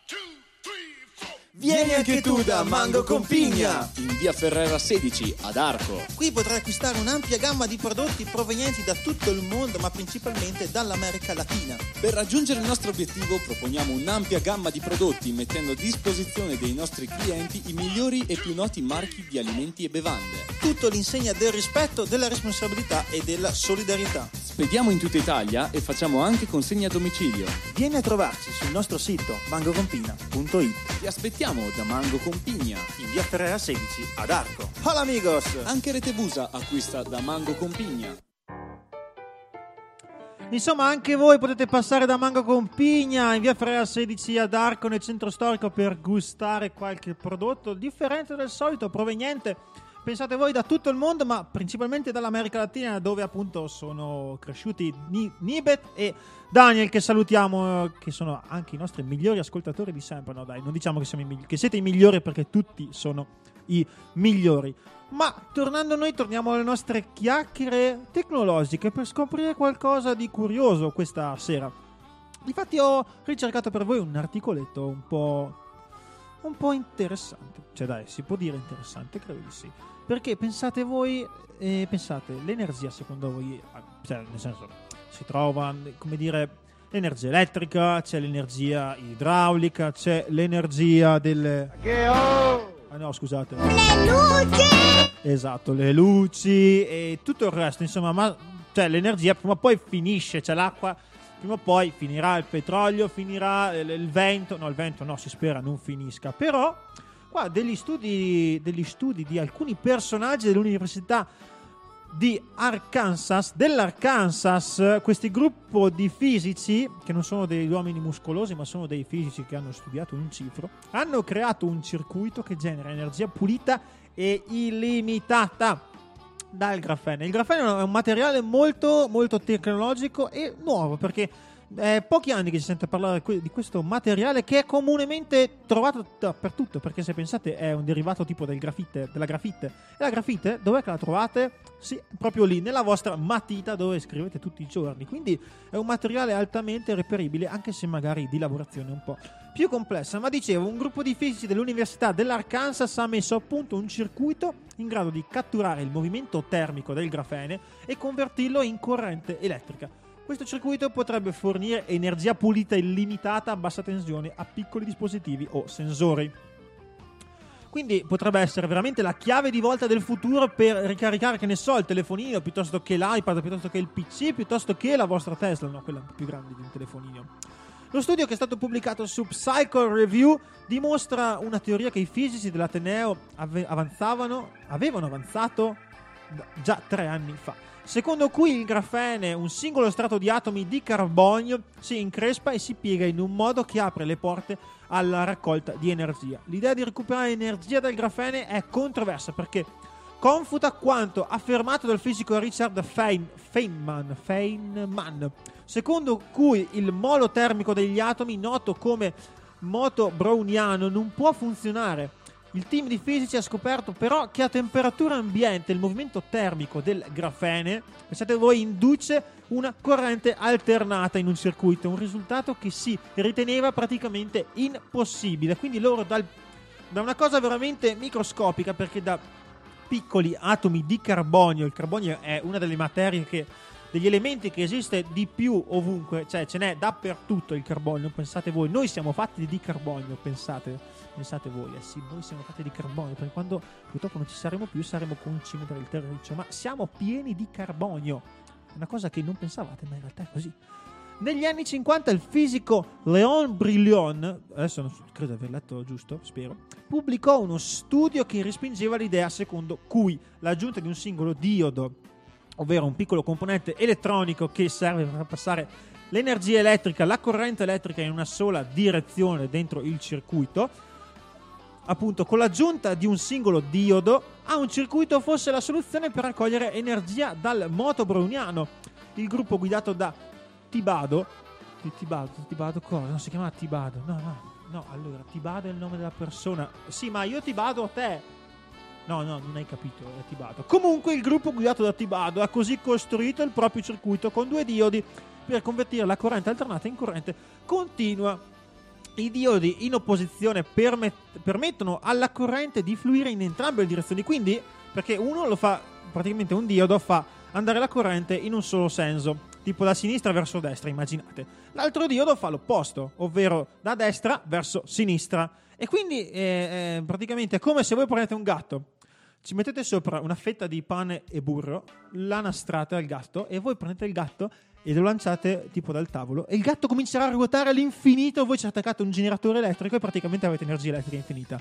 Vieni anche tu da Mango con Pigna, in via Ferrera sedici ad Arco. Qui potrai acquistare un'ampia gamma di prodotti provenienti da tutto il mondo, ma principalmente dall'America Latina. Per raggiungere il nostro obiettivo proponiamo un'ampia gamma di prodotti, mettendo a disposizione dei nostri clienti i migliori e più noti marchi di alimenti e bevande. Tutto all'insegna del rispetto, della responsabilità e della solidarietà. Spediamo in tutta Italia e facciamo anche consegne a domicilio. Vieni a trovarci sul nostro sito mango con pina punto it. Ti aspettiamo da Mango con Pigna, in via Ferrera sedici ad Arco. Hola amigos! Anche Retebusa acquista da Mango con Pigna. Insomma, anche voi potete passare da Mango con Pigna in via Ferrera sedici ad Arco, nel centro storico, per gustare qualche prodotto differente del solito, proveniente, pensate voi, da tutto il mondo, ma principalmente dall'America Latina, dove appunto sono cresciuti Nibet e Daniel, che salutiamo, che sono anche i nostri migliori ascoltatori di sempre. No dai, non diciamo che, siamo i migli- che siete i migliori, perché tutti sono i migliori. Ma tornando a noi, torniamo alle nostre chiacchiere tecnologiche per scoprire qualcosa di curioso questa sera. Infatti ho ricercato per voi un articoletto un po' un po' interessante. Cioè dai, si può dire interessante, credo di sì. Perché pensate voi, eh, pensate, l'energia secondo voi, cioè nel senso, si trova, come dire, l'energia elettrica, c'è l'energia idraulica, c'è l'energia del... Ah no, scusate. Le luci! Esatto, le luci e tutto il resto, insomma, ma cioè l'energia prima o poi finisce, c'è l'acqua, prima o poi finirà il petrolio, finirà il, il vento, no il vento no, si spera non finisca, però qua degli studi, degli studi di alcuni personaggi dell'università di Arkansas, dell'Arkansas, questi gruppo di fisici, che non sono degli uomini muscolosi ma sono dei fisici che hanno studiato un cifro, hanno creato un circuito che genera energia pulita e illimitata dal grafene. Il grafene è un materiale molto molto tecnologico e nuovo, perché è pochi anni che si sente parlare di questo materiale che è comunemente trovato dappertutto, perché se pensate è un derivato tipo del grafite, della grafite. E la grafite dov'è che la trovate? Sì, proprio lì, nella vostra matita dove scrivete tutti i giorni. Quindi è un materiale altamente reperibile, anche se magari di lavorazione un po' più complessa. Ma dicevo, un gruppo di fisici dell'Università dell'Arkansas ha messo a punto un circuito in grado di catturare il movimento termico del grafene e convertirlo in corrente elettrica. Questo circuito potrebbe fornire energia pulita illimitata a bassa tensione a piccoli dispositivi o sensori. Quindi potrebbe essere veramente la chiave di volta del futuro per ricaricare, che ne so, il telefonino, piuttosto che l'iPad, piuttosto che il P C, piuttosto che la vostra Tesla, no, quella un po' più grande di un telefonino. Lo studio, che è stato pubblicato su Psycho Review, dimostra una teoria che i fisici dell'Ateneo ave- avanzavano, avevano avanzato già tre anni fa, secondo cui il grafene, un singolo strato di atomi di carbonio, si increspa e si piega in un modo che apre le porte alla raccolta di energia. L'idea di recuperare energia dal grafene è controversa, perché confuta quanto affermato dal fisico Richard Feyn- Feynman, Feynman, secondo cui il molo termico degli atomi, noto come moto browniano, non può funzionare. Il team di fisici ha scoperto però che a temperatura ambiente il movimento termico del grafene, pensate voi, induce una corrente alternata in un circuito, un risultato che si riteneva praticamente impossibile. Quindi loro dal, da una cosa veramente microscopica, perché da piccoli atomi di carbonio, il carbonio è una delle materie che, degli elementi che esiste di più ovunque, cioè ce n'è dappertutto il carbonio, pensate voi, noi siamo fatti di carbonio, pensate pensate voi, eh sì, noi siamo fatti di carbonio, perché quando purtroppo non ci saremo più saremo concimi per il terriccio, ma siamo pieni di carbonio, una cosa che non pensavate, ma in realtà è così. Negli anni cinquanta il fisico Léon Brillouin, adesso non so, credo di aver letto giusto, spero, pubblicò uno studio che respingeva l'idea secondo cui l'aggiunta di un singolo diodo, ovvero un piccolo componente elettronico che serve per passare l'energia elettrica, la corrente elettrica in una sola direzione dentro il circuito, appunto con l'aggiunta di un singolo diodo a un circuito, fosse la soluzione per raccogliere energia dal moto browniano. Il gruppo guidato da Tibado, Tibado, Tibado cosa? Non si chiama Tibado, no, no, no, allora Tibado è il nome della persona, sì, ma io Tibado a te. No, no, non hai capito, è Tibado. Comunque il gruppo guidato da Tibado ha così costruito il proprio circuito con due diodi per convertire la corrente alternata in corrente continua. I diodi in opposizione permet- permettono alla corrente di fluire in entrambe le direzioni, quindi perché uno lo fa, praticamente un diodo fa andare la corrente in un solo senso, tipo da sinistra verso destra, immaginate. L'altro diodo fa l'opposto, ovvero da destra verso sinistra. E quindi eh, eh, praticamente è come se voi prendete un gatto, ci mettete sopra una fetta di pane e burro, la nastrate al gatto e voi prendete il gatto e lo lanciate tipo dal tavolo e il gatto comincerà a ruotare all'infinito, voi ci attaccate un generatore elettrico e praticamente avete energia elettrica infinita.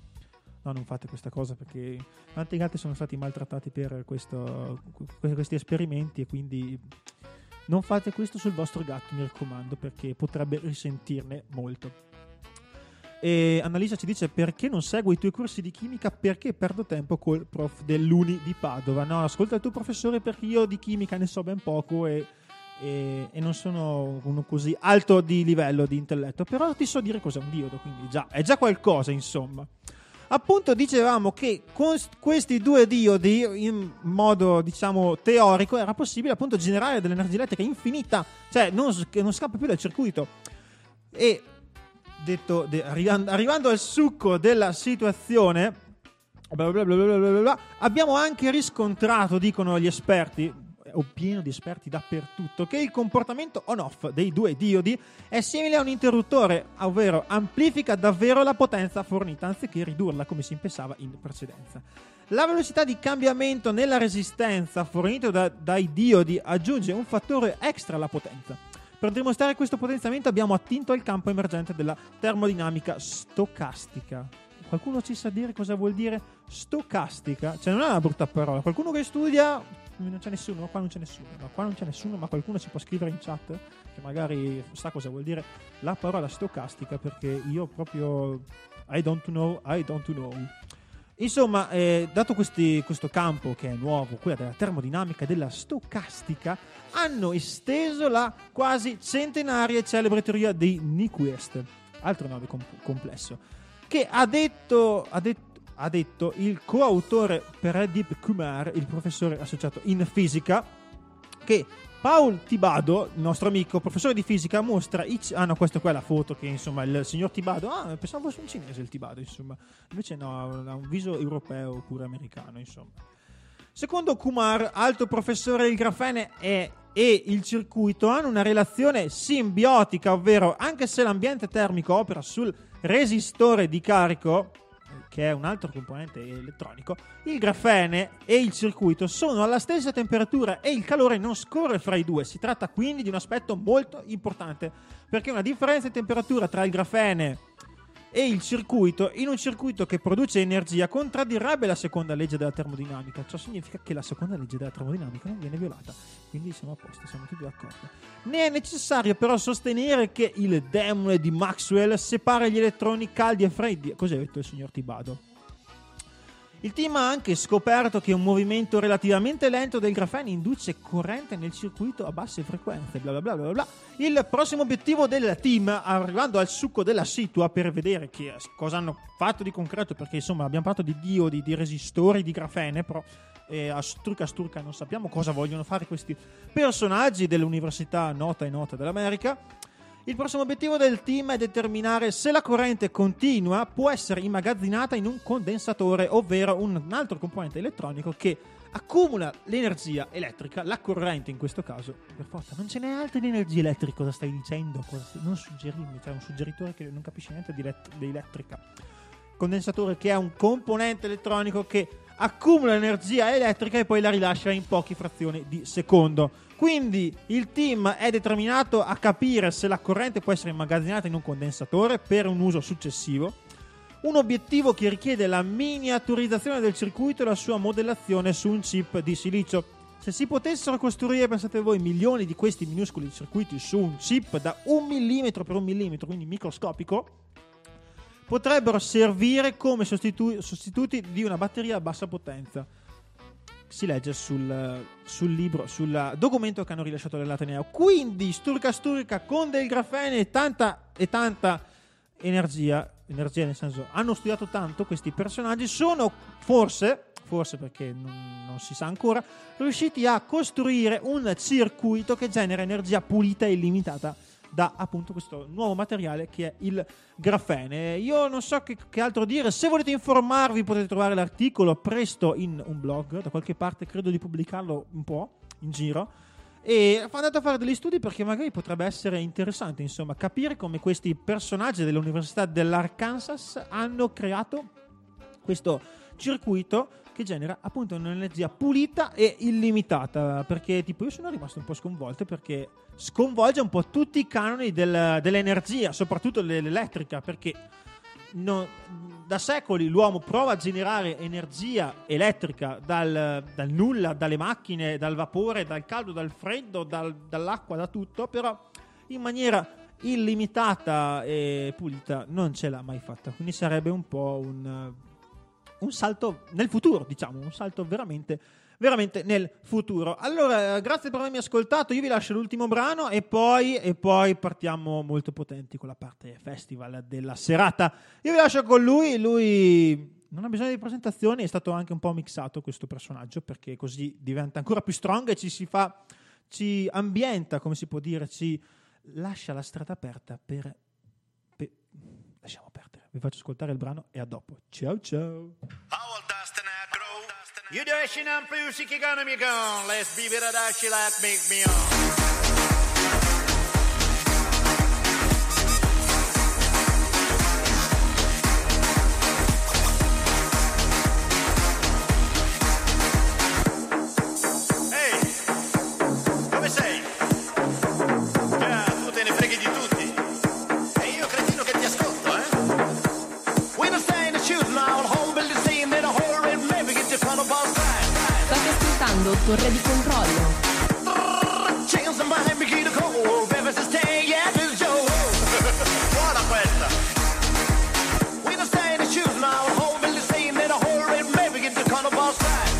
No, non fate questa cosa, perché tanti gatti sono stati maltrattati per questo, questi esperimenti, e quindi non fate questo sul vostro gatto, mi raccomando, perché potrebbe risentirne molto. E Annalisa ci dice: perché non seguo i tuoi corsi di chimica? Perché perdo tempo col prof dell'Uni di Padova. No, ascolta il tuo professore, perché io di chimica ne so ben poco e, e, e non sono uno così alto di livello di intelletto, però ti so dire cos'è un diodo, quindi già è già qualcosa, insomma. Appunto dicevamo che con questi due diodi, in modo diciamo teorico, era possibile appunto generare dell'energia elettrica infinita, cioè non, che non scappa più dal circuito. E detto, de, arrivando, arrivando al succo della situazione, bla bla bla bla bla bla, abbiamo anche riscontrato, dicono gli esperti, o pieno di esperti dappertutto, che il comportamento on-off dei due diodi è simile a un interruttore, ovvero amplifica davvero la potenza fornita anziché ridurla come si pensava in precedenza. La velocità di cambiamento nella resistenza fornita da, dai diodi aggiunge un fattore extra alla potenza. Per dimostrare questo potenziamento abbiamo attinto al campo emergente della termodinamica stocastica. Qualcuno ci sa dire cosa vuol dire stocastica? Cioè non è una brutta parola. Qualcuno che studia... Non c'è nessuno, qua non c'è nessuno, ma qua non c'è nessuno, ma qualcuno ci può scrivere in chat che magari sa cosa vuol dire la parola stocastica, perché io proprio I don't know, I don't know. Insomma, eh, dato questi, questo campo che è nuovo, quella della termodinamica e della stocastica, hanno esteso la quasi centenaria e celebre teoria di Nyquist, altro nome comp- complesso, che ha detto, ha detto ha detto il coautore Pradeep Kumar, il professore associato in fisica, che Paul Tibado, il nostro amico professore di fisica, mostra i c- ah no, questa qua è la foto che insomma il signor Tibado, ah pensavo fosse un cinese il Tibado, insomma, invece no, ha un viso europeo oppure americano, insomma. Secondo Kumar, alto professore, il grafene è, e il circuito hanno una relazione simbiotica, ovvero anche se l'ambiente termico opera sul resistore di carico, che è un altro componente elettronico, il grafene e il circuito sono alla stessa temperatura e il calore non scorre fra i due. Si tratta quindi di un aspetto molto importante, perché una differenza di temperatura tra il grafene e il circuito in un circuito che produce energia contraddirebbe la seconda legge della termodinamica. Ciò significa che la seconda legge della termodinamica non viene violata, quindi siamo a posto, siamo tutti d'accordo. Ne è necessario però sostenere che il demone di Maxwell separa gli elettroni caldi e freddi. Cos'ha detto il signor Tibado? Il team ha anche scoperto che un movimento relativamente lento del grafene induce corrente nel circuito a basse frequenze, bla bla bla bla bla. Il prossimo obiettivo del team, arrivando al succo della situa per vedere che cosa hanno fatto di concreto, perché insomma abbiamo parlato di diodi, di resistori, di grafene, però eh, a sturca sturca non sappiamo cosa vogliono fare questi personaggi dell'università nota e nota dell'America. Il prossimo obiettivo del team è determinare se la corrente continua può essere immagazzinata in un condensatore, ovvero un altro componente elettronico che accumula l'energia elettrica, la corrente in questo caso. Per forza, non ce n'è altra di energia elettrica, cosa stai dicendo? Cosa stai... Non suggerirmi, c'è un suggeritore che non capisce niente di, elett- di elettrica. Condensatore che è un componente elettronico che accumula l'energia elettrica e poi la rilascia in poche frazioni di secondo. Quindi il team è determinato a capire se la corrente può essere immagazzinata in un condensatore per un uso successivo, un obiettivo che richiede la miniaturizzazione del circuito e la sua modellazione su un chip di silicio. Se si potessero costruire, pensate voi, milioni di questi minuscoli circuiti su un chip da un millimetro per un millimetro, quindi microscopico, potrebbero servire come sostitu- sostituti di una batteria a bassa potenza. Si legge sul, sul libro, sul documento che hanno rilasciato dall'Ateneo. Quindi sturca sturca con del grafene e tanta e tanta energia, energia nel senso, hanno studiato tanto questi personaggi, sono forse, forse perché non, non si sa ancora, riusciti a costruire un circuito che genera energia pulita e illimitata da appunto questo nuovo materiale che è il grafene. Io non so che, che altro dire. Se volete informarvi potete trovare l'articolo presto in un blog da qualche parte, credo di pubblicarlo un po' in giro, e andate a fare degli studi perché magari potrebbe essere interessante, insomma, capire come questi personaggi dell'Università dell'Arkansas hanno creato questo circuito che genera appunto un'energia pulita e illimitata. Perché tipo io sono rimasto un po' sconvolto, perché sconvolge un po' tutti i canoni del, dell'energia, soprattutto l'elettrica, perché non, da secoli l'uomo prova a generare energia elettrica dal, dal nulla, dalle macchine, dal vapore, dal caldo, dal freddo, dal, dall'acqua, da tutto, però in maniera illimitata e pulita non ce l'ha mai fatta. Quindi sarebbe un po' un, un salto nel futuro, diciamo, un salto veramente veramente nel futuro. Allora, grazie per avermi ascoltato. Io vi lascio l'ultimo brano e poi, e poi partiamo molto potenti con la parte festival della serata. Io vi lascio con lui. Lui non ha bisogno di presentazioni, è stato anche un po' mixato questo personaggio, perché così diventa ancora più strong e ci si fa, ci ambienta, come si può dire, ci lascia la strada aperta per, per lasciamo perdere. Vi faccio ascoltare il brano e a dopo. Ciao ciao. You dashing on music, you gonna be gone. Let's be better that she like make me on. Torre di controllo. Buona questa. We don't stay in the shoes now, home in the scene, in a whole red maybe get the carnival side.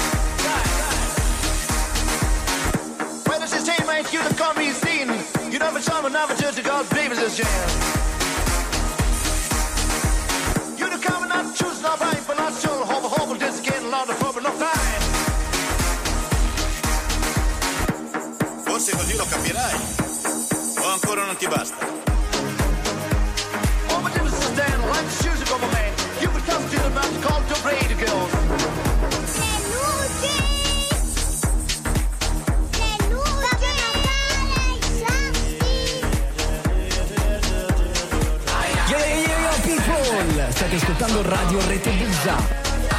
When it's same ain't you to come be seen. You never saw me, never judge the God's babies is jam. You the come and not choose no right, but not sure. Hope, hope, this again, a lot of trouble, no time. Forse così lo capirai, o ancora non ti basta? Oh, but it was stand like the shoes of a man. You could come to the man called to braid girls. Yo, yo, yo, yo, people! State ascoltando Radio Rete Busa.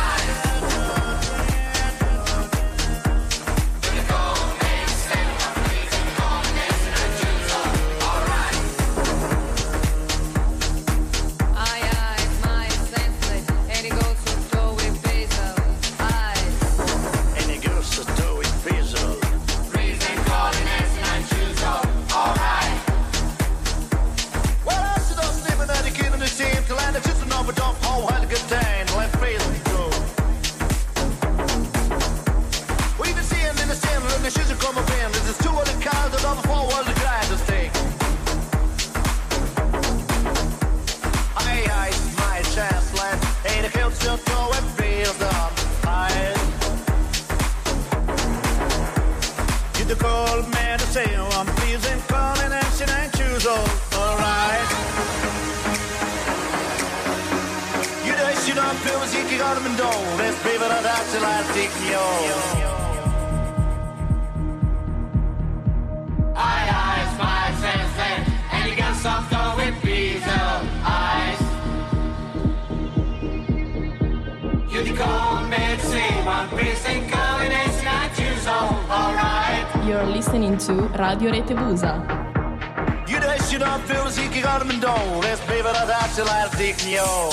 You're listening to Radio Rete Busa. You dash it up, feel the seek, you got them in dough. Let's baby, that's a lot of dick, yo.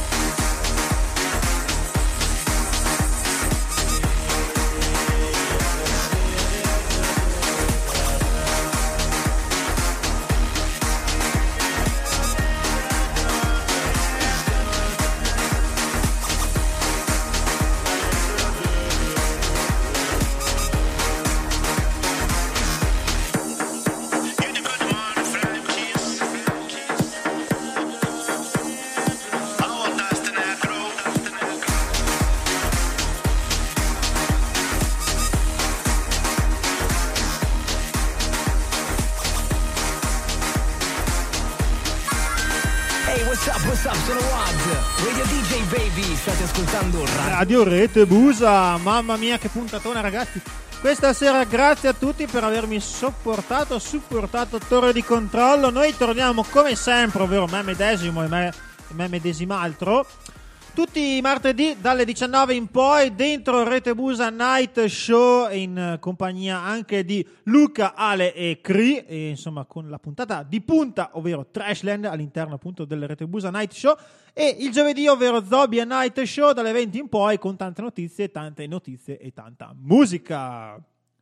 State ascoltando Radio... Radio Rete Busa. Mamma mia che puntatona, ragazzi. Questa sera grazie a tutti per avermi sopportato, supportato Torre di Controllo. Noi torniamo come sempre, ovvero me medesimo e me, me medesimaltro, tutti i martedì dalle diciannove in poi dentro Rete Busa Night Show, in compagnia anche di Luca, Ale e Cri, e insomma con la puntata di punta, ovvero Trashland, all'interno appunto del Rete Busa Night Show, e il giovedì ovvero Zombie Night Show dalle venti in poi, con tante notizie, tante notizie e tanta musica.